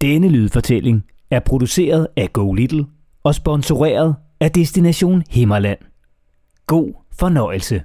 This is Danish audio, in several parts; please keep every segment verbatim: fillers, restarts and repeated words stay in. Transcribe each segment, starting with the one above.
Denne lydfortælling er produceret af Go Little og sponsoreret af Destination Himmerland. God fornøjelse.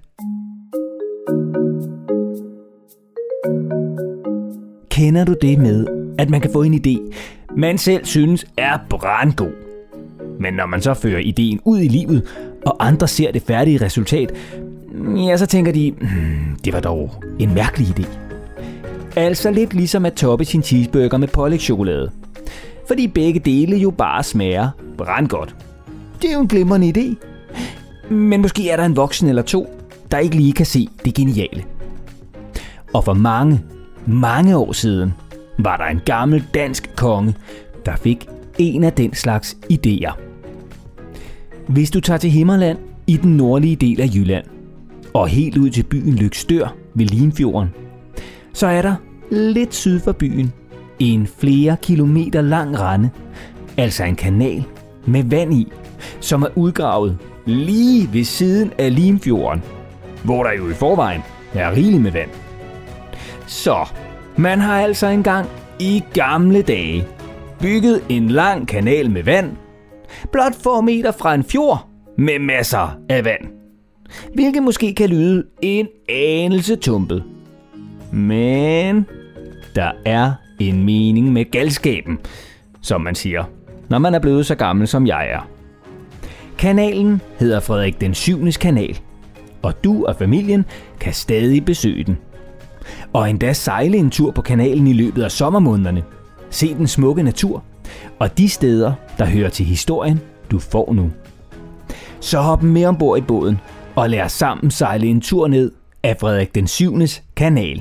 Kender du det med, at man kan få en idé, man selv synes er brandgod? Men når man så fører ideen ud i livet, og andre ser det færdige resultat, ja, så tænker de, hmm, det var dog en mærkelig idé. Altså lidt ligesom at toppe sin cheeseburger med pålægschokolade. Fordi begge dele jo bare smager brandgodt. Det er jo en glimrende idé. Men måske er der en voksen eller to, der ikke lige kan se det geniale. Og for mange, mange år siden, var der en gammel dansk konge, der fik en af den slags idéer. Hvis du tager til Himmerland i den nordlige del af Jylland, og helt ud til byen Løgstør ved Limfjorden, så er der lidt syd for byen en flere kilometer lang rende, altså en kanal med vand i, som er udgravet lige ved siden af Limfjorden, hvor der jo i forvejen er rigeligt med vand. Så man har altså engang i gamle dage bygget en lang kanal med vand, blot få meter fra en fjord med masser af vand. Hvilket måske kan lyde en anelse tumpet. Men der er en mening med galskaben, som man siger, når man er blevet så gammel som jeg er. Kanalen hedder Frederik den syvendes kanal, og du og familien kan stadig besøge den. Og endda sejle en tur på kanalen i løbet af sommermånederne. Se den smukke natur og de steder, der hører til historien, du får nu. Så hop med ombord i båden og lad os sammen sejle en tur ned af Frederik den syvendes kanal.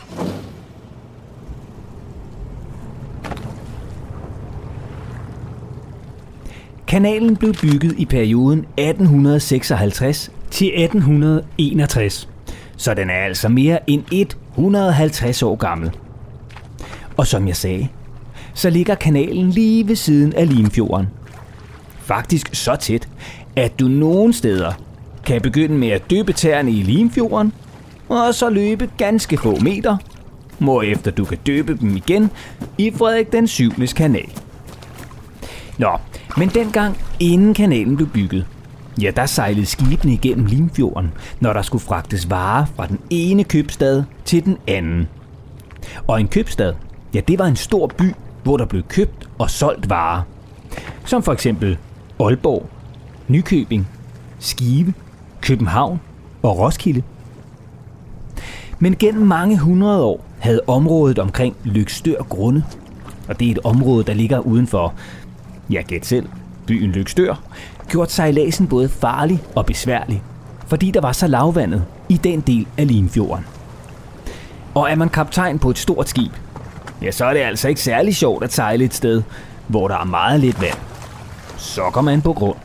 Kanalen blev bygget i perioden atten seksoghalvtreds til atten enogtres, så den er altså mere end et hundrede og halvtreds år gammel. Og som jeg sagde, så ligger kanalen lige ved siden af Limfjorden. Faktisk så tæt, at du nogle steder kan begynde med at dyppe tæerne i Limfjorden, og så løbe ganske få meter, hvorefter du kan dyppe dem igen i Frederik den syvendes kanal. Nå, men dengang inden kanalen blev bygget, ja, der sejlede skibene igennem Limfjorden, når der skulle fragtes varer fra den ene købstad til den anden. Og en købstad, ja, det var en stor by, hvor der blev købt og solgt varer. Som for eksempel Aalborg, Nykøbing, Skive, København og Roskilde. Men gennem mange hundrede år havde området omkring Løgstør grundet. Og det er et område, der ligger udenfor, ja, gæt selv, byen Løgstør, gjort sejladsen både farlig og besværlig, fordi der var så lavvandet i den del af Limfjorden. Og er man kaptajn på et stort skib, ja, så er det altså ikke særlig sjovt at sejle et sted, hvor der er meget lidt vand. Så går man på grund.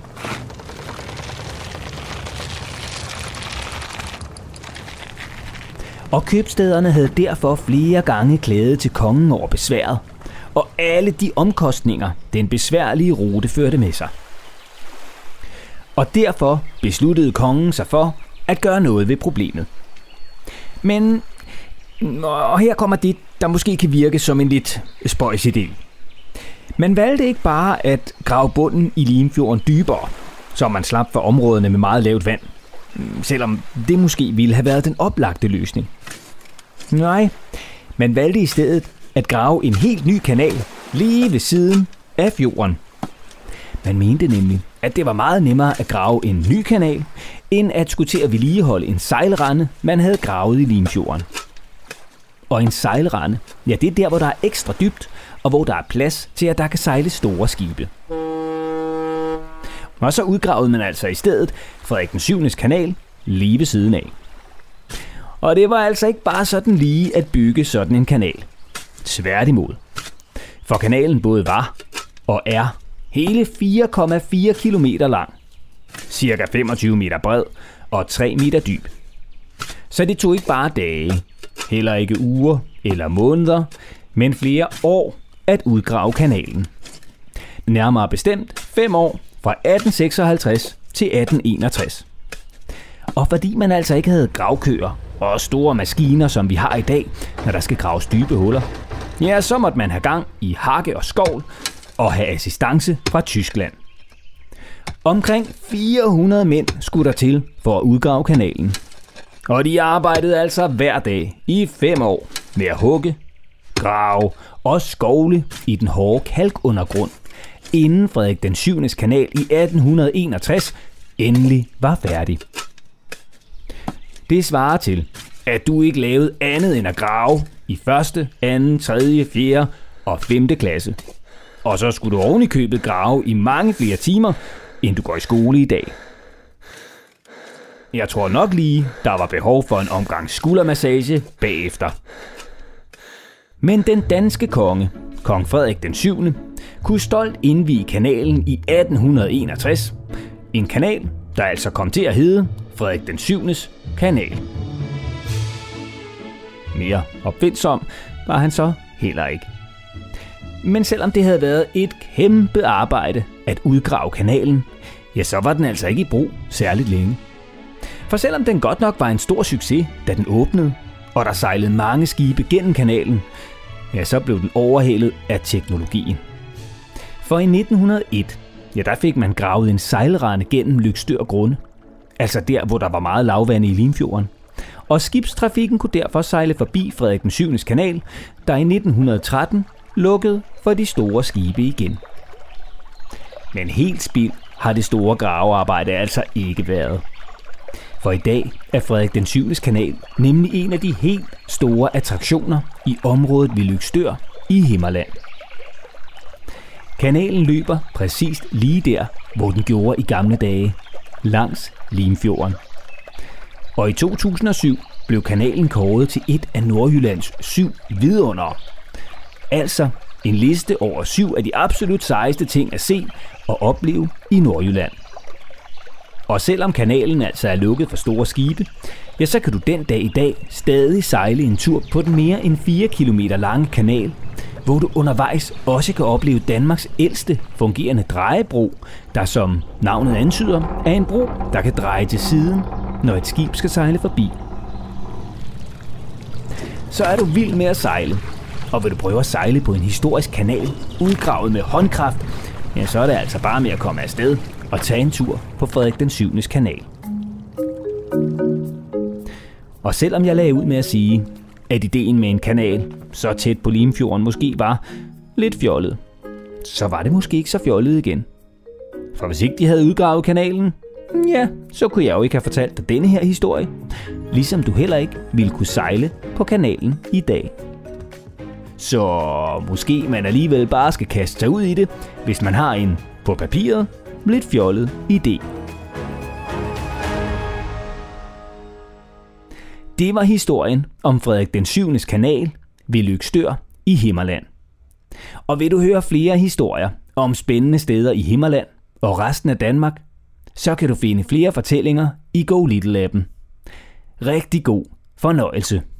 Og købstæderne havde derfor flere gange klaget til kongen over besværet, og alle de omkostninger, den besværlige rute førte med sig. Og derfor besluttede kongen sig for at gøre noget ved problemet. Men, og her kommer det, der måske kan virke som en lidt spøjs idé. Man valgte ikke bare at grave bunden i Limfjorden dybere, så man slap for områderne med meget lavt vand, selvom det måske ville have været den oplagte løsning. Nej, man valgte i stedet at grave en helt ny kanal lige ved siden af fjorden. Man mente nemlig, at det var meget nemmere at grave en ny kanal, end at skulle til at vedligeholde en sejlrende, man havde gravet i Limfjorden. Og en sejlrende, ja, det er der, hvor der er ekstra dybt, og hvor der er plads til, at der kan sejle store skibe. Og så udgravede man altså i stedet Frederik den syvendes kanal lige ved siden af. Og det var altså ikke bare sådan lige at bygge sådan en kanal. Tværtimod. For kanalen både var og er hele fire komma fire kilometer lang, cirka femogtyve meter bred og tre meter dyb. Så det tog ikke bare dage, heller ikke uger eller måneder, men flere år at udgrave kanalen. Nærmere bestemt fem år fra atten seksoghalvtreds til atten enogtres. Og fordi man altså ikke havde gravkøer og store maskiner, som vi har i dag, når der skal graves dybe huller, ja, så måtte man have gang i hakke og skovl og have assistance fra Tyskland. Omkring fire hundrede mænd skulle der til for at udgrave kanalen. Og de arbejdede altså hver dag i fem år med at hugge, grave og skovle i den hårde kalkundergrund, inden Frederik den syvendes kanal i atten enogtres endelig var færdig. Det svarer til, at du ikke lavede andet end at grave i første, anden, tredje, fjerde og femte klasse. Og så skulle du oven i købet grave i mange flere timer, end du går i skole i dag. Jeg tror nok lige, der var behov for en omgang skuldermassage bagefter. Men den danske konge, kong Frederik den syvende, kunne stolt indvie kanalen i atten enogtres. En kanal, der altså kom til at hedde Frederik den syvendes kanal. Mere opfindsom var han så heller ikke. Men selvom det havde været et kæmpe arbejde at udgrave kanalen, ja, så var den altså ikke i brug særligt længe. For selvom den godt nok var en stor succes, da den åbnede, og der sejlede mange skibe gennem kanalen, ja, så blev den overhalet af teknologien. For i nitten hundrede og en, ja, der fik man gravet en sejlrende gennem Løgstør Grunde, altså der, hvor der var meget lavvande i Limfjorden. Og skibstrafikken kunne derfor sejle forbi Frederik den syvendes kanal, der i nitten tretten lukkede for de store skibe igen. Men helt spild har det store gravearbejde altså ikke været. For i dag er Frederik den syvendes kanal nemlig en af de helt store attraktioner i området ved Løgstør i Himmerland. Kanalen løber præcis lige der, hvor den gjorde i gamle dage, langs Limfjorden. Og i to tusind og syv blev kanalen kåret til et af Nordjyllands syv vidundere. Altså en liste over syv af de absolut sejeste ting at se og opleve i Nordjylland. Og selvom kanalen altså er lukket for store skibe, ja, så kan du den dag i dag stadig sejle en tur på den mere end fire kilometer lange kanal, hvor du undervejs også kan opleve Danmarks ældste fungerende drejebro, der som navnet antyder er en bro, der kan dreje til siden, når et skib skal sejle forbi. Så er du vild med at sejle, og vil du prøve at sejle på en historisk kanal, udgravet med håndkraft, ja, så er det altså bare med at komme afsted og tage en tur på Frederik den syvendes kanal. Og selvom jeg lagde ud med at sige, at ideen med en kanal så tæt på Limfjorden måske var lidt fjollet, så var det måske ikke så fjollet igen. For hvis ikke de havde udgravet kanalen, ja, så kunne jeg jo ikke have fortalt dig denne her historie, ligesom du heller ikke ville kunne sejle på kanalen i dag. Så måske man alligevel bare skal kaste sig ud i det, hvis man har en, på papiret, lidt fjollet idé. Det var historien om Frederik den syvendes kanal ved Løgstør i Himmerland. Og vil du høre flere historier om spændende steder i Himmerland og resten af Danmark, så kan du finde flere fortællinger i Go Little-appen. Rigtig god fornøjelse.